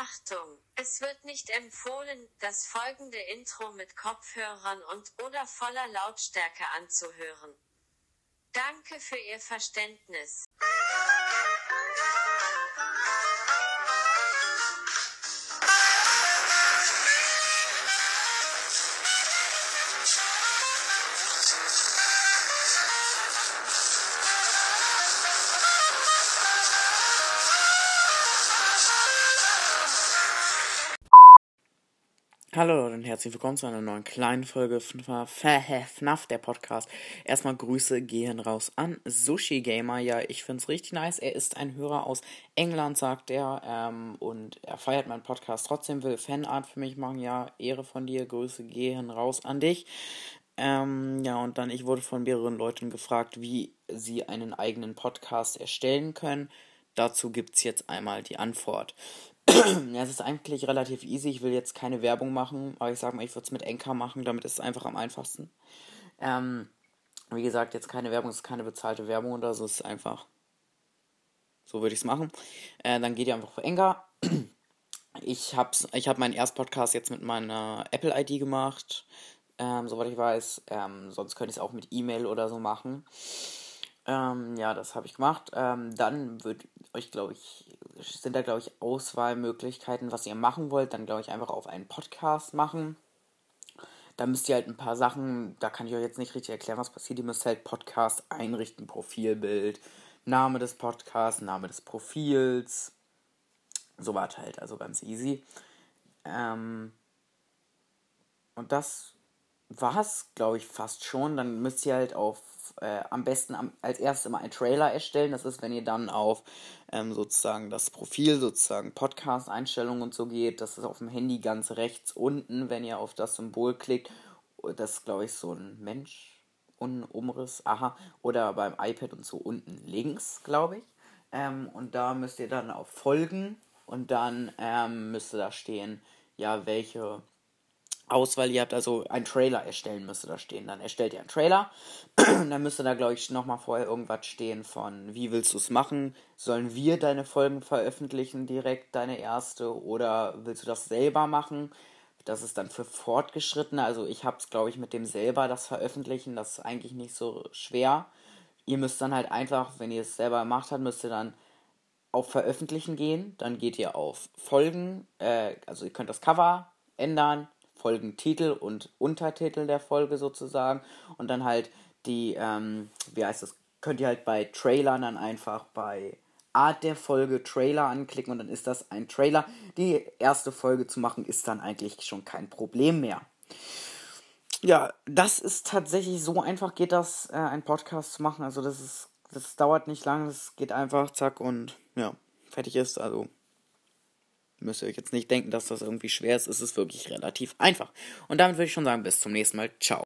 Achtung, es wird nicht empfohlen, das folgende Intro mit Kopfhörern und/oder voller Lautstärke anzuhören. Danke für Ihr Verständnis. Hallo Leute und herzlich willkommen zu einer neuen kleinen Folge FNAF, der Podcast. Erstmal Grüße gehen raus an Sushi Gamer. Ja, ich find's richtig nice. Er ist ein Hörer aus England, sagt er, und er feiert meinen Podcast trotzdem, will Fanart für mich machen. Ja, Ehre von dir, Grüße gehen raus an dich. Ja, und dann, ich wurde von mehreren Leuten gefragt, wie sie einen eigenen Podcast erstellen können. Dazu gibt's jetzt einmal die Antwort. Ja, es ist eigentlich relativ easy. Ich will jetzt keine Werbung machen, aber ich sag mal, ich würde es mit Anchor machen, damit ist es einfach am einfachsten. Wie gesagt, jetzt keine Werbung, es ist keine bezahlte Werbung oder so, es ist einfach, so würde ich es machen. Dann geht ihr einfach auf Anchor. Ich hab meinen Erstpodcast jetzt mit meiner Apple-ID gemacht, soweit ich weiß. Sonst könnte ich es auch mit E-Mail oder so machen. Ja, das habe ich gemacht. Dann sind da, glaube ich, Auswahlmöglichkeiten, was ihr machen wollt. Dann, glaube ich, einfach auf einen Podcast machen. Da müsst ihr halt ein paar Sachen, da kann ich euch jetzt nicht richtig erklären, was passiert. Ihr müsst halt Podcast einrichten, Profilbild, Name des Podcasts, Name des Profils. So war es halt, also ganz easy. Und das war's, glaube ich, fast schon. Dann müsst ihr halt am besten als erstes immer einen Trailer erstellen. Das ist, wenn ihr dann auf sozusagen das Profil, sozusagen Podcast-Einstellungen und so geht. Das ist auf dem Handy ganz rechts unten, wenn ihr auf das Symbol klickt. Das ist, glaube ich, so ein Mensch, Umriss, aha. Oder beim iPad und so unten links, glaube ich. Und da müsst ihr dann auf Folgen und dann müsste da stehen, ja, welche Auswahl ihr habt, also ein Trailer erstellen müsste da stehen. Dann erstellt ihr einen Trailer. Dann müsste da, glaube ich, nochmal vorher irgendwas stehen von, wie willst du es machen? Sollen wir deine Folgen veröffentlichen, direkt deine erste? Oder willst du das selber machen? Das ist dann für Fortgeschrittene. Also ich habe es, glaube ich, mit dem selber das Veröffentlichen. Das ist eigentlich nicht so schwer. Ihr müsst dann halt einfach, wenn ihr es selber gemacht habt, müsst ihr dann auf Veröffentlichen gehen. Dann geht ihr auf Folgen. Also ihr könnt das Cover ändern. Folgentitel und Untertitel der Folge sozusagen und dann halt könnt ihr halt bei Trailern dann einfach bei Art der Folge Trailer anklicken und dann ist das ein Trailer. Die erste Folge zu machen ist dann eigentlich schon kein Problem mehr. Ja, das ist tatsächlich so einfach geht das, einen Podcast zu machen, also das dauert nicht lange, das geht einfach, zack und ja, fertig ist, also müsst ihr euch jetzt nicht denken, dass das irgendwie schwer ist. Es ist wirklich relativ einfach. Und damit würde ich schon sagen, bis zum nächsten Mal. Ciao.